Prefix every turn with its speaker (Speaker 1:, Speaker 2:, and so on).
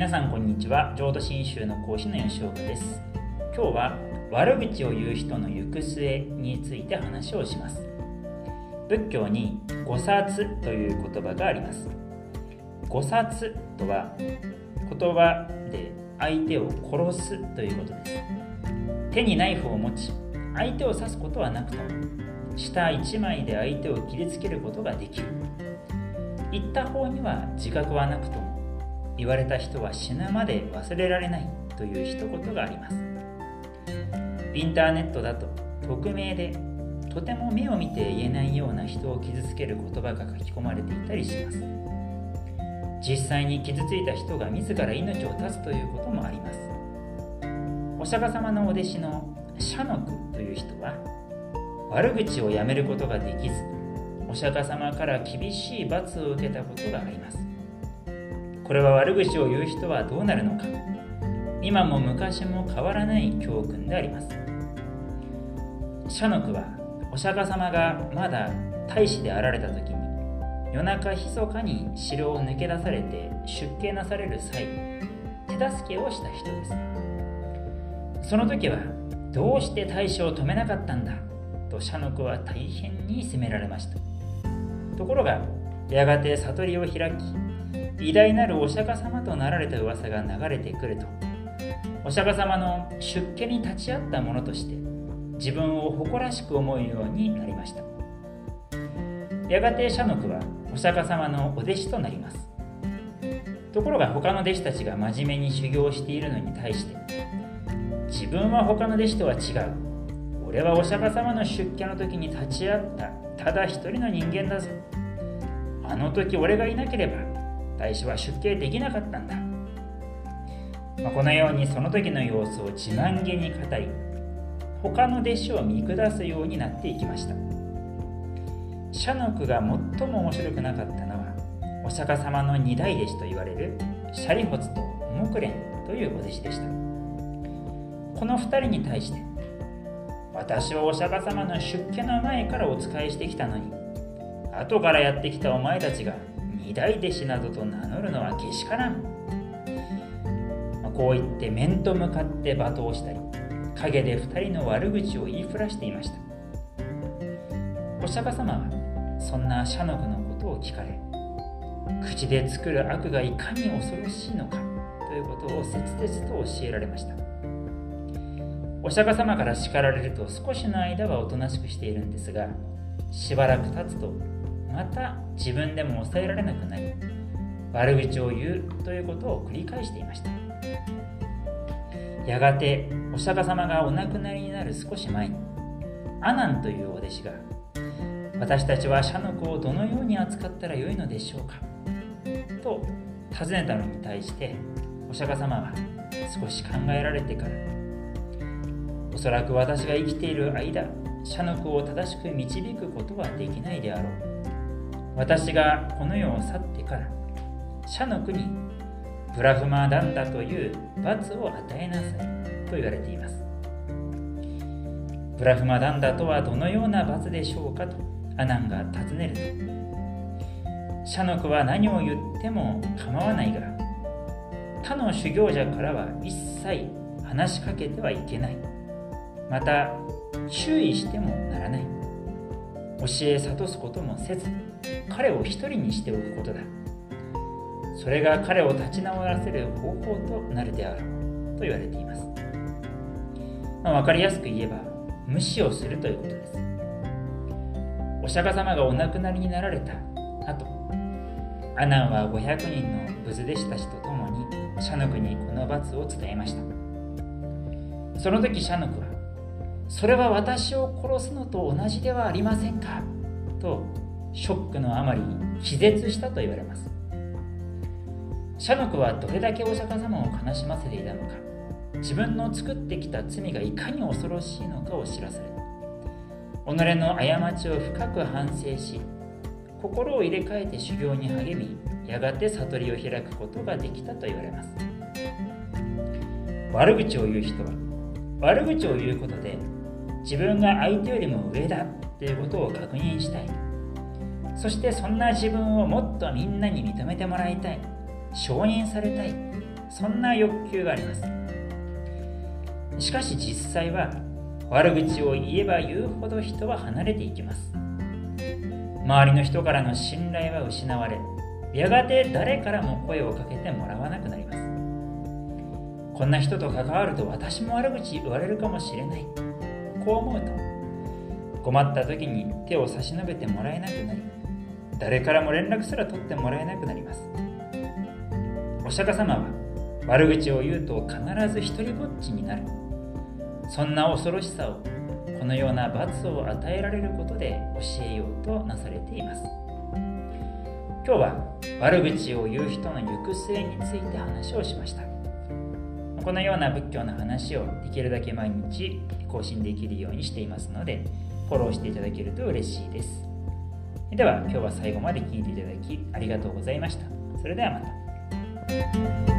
Speaker 1: 皆さんこんにちは。浄土真宗の講師の吉岡です。今日は悪口を言う人の行く末について話をします。仏教に護殺という言葉があります。護殺とは言葉で相手を殺すということです。手にナイフを持ち相手を刺すことはなくとも舌一枚で相手を切りつけることができる。言った方には自覚はなくとも言われた人は死ぬまで忘れられないという一言があります。インターネットだと匿名でとても目を見て言えないような人を傷つける言葉が書き込まれていたりします。実際に傷ついた人が自ら命を絶つということもあります。お釈迦様のお弟子の謝の句という人は悪口をやめることができず、お釈迦様から厳しい罰を受けたことがあります。これは悪口を言う人はどうなるのか、今も昔も変わらない教訓であります。謝の句はお釈迦様がまだ大使であられた時に夜中密かに城を抜け出されて出家なされる際、手助けをした人です。その時はどうして大使を止めなかったんだと謝の句は大変に責められました。ところがやがて悟りを開き偉大なるお釈迦様となられた噂が流れてくると、お釈迦様の出家に立ち会った者として自分を誇らしく思うようになりました。やがて謝の句はお釈迦様のお弟子となります。ところが他の弟子たちが真面目に修行しているのに対して、自分は他の弟子とは違う、俺はお釈迦様の出家の時に立ち会ったただ一人の人間だぞ、あの時俺がいなければ大使は出家できなかったんだ、このようにその時の様子を自慢げに語り、他の弟子を見下すようになっていきました。謝の句が最も面白くなかったのはお釈迦様の二大弟子と言われるシャリホツと木蓮というお弟子でした。この二人に対して、私はお釈迦様の出家の前からお仕えしてきたのに、後からやってきたお前たちが二大弟子などと名乗るのはけしからん。こう言って面と向かって罵倒したり、陰で二人の悪口を言いふらしていました。お釈迦様はそんな謝の句のことを聞かれ、口で作る悪がいかに恐ろしいのかということを切々と教えられました。お釈迦様から叱られると少しの間はおとなしくしているんですが、しばらく経つとまた自分でも抑えられなくなり、悪口を言うということを繰り返していました。やがてお釈迦様がお亡くなりになる少し前に、阿難というお弟子が、私たちは謝の句をどのように扱ったらよいのでしょうかと尋ねたのに対して、お釈迦様は少し考えられてから、おそらく私が生きている間、謝の句を正しく導くことはできないであろう。私がこの世を去ってから謝の句にブラフマダンダという罰を与えなさいと言われています。ブラフマダンダとはどのような罰でしょうかと阿難が尋ねると、謝の句は何を言っても構わないが、他の修行者からは一切話しかけてはいけない、また注意してもならない、教え諭すこともせず彼を一人にしておくことだ、それが彼を立ち直らせる方法となるであろうと言われています。分かりやすく言えば無視をするということです。お釈迦様がお亡くなりになられた後、阿難は500人の仏弟子たちと共に謝の句にこの罰を伝えました。その時謝の句は、それは私を殺すのと同じではありませんかとショックのあまり気絶したと言われます。謝の句はどれだけお釈迦様を悲しませていたのか、自分の作ってきた罪がいかに恐ろしいのかを知らされ、己の過ちを深く反省し、心を入れ替えて修行に励み、やがて悟りを開くことができたと言われます。悪口を言う人は悪口を言うことで自分が相手よりも上だということを確認したい。そしてそんな自分をもっとみんなに認めてもらいたい、承認されたい、 そんな欲求があります。しかし実際は悪口を言えば言うほど人は離れていきます。周りの人からの信頼は失われ、やがて誰からも声をかけてもらわなくなります。こんな人と関わると私も悪口言われるかもしれない、こう思うと困った時に手を差し伸べてもらえなくなり、誰からも連絡すら取ってもらえなくなります。お釈迦様は悪口を言うと必ず一人ぼっちになる、そんな恐ろしさをこのような罰を与えられることで教えようとなされています。今日は悪口を言う人の行く末について話をしました。このような仏教の話をできるだけ毎日更新できるようにしていますので、フォローしていただけると嬉しいです。では今日は最後まで聞いていただきありがとうございました。それではまた。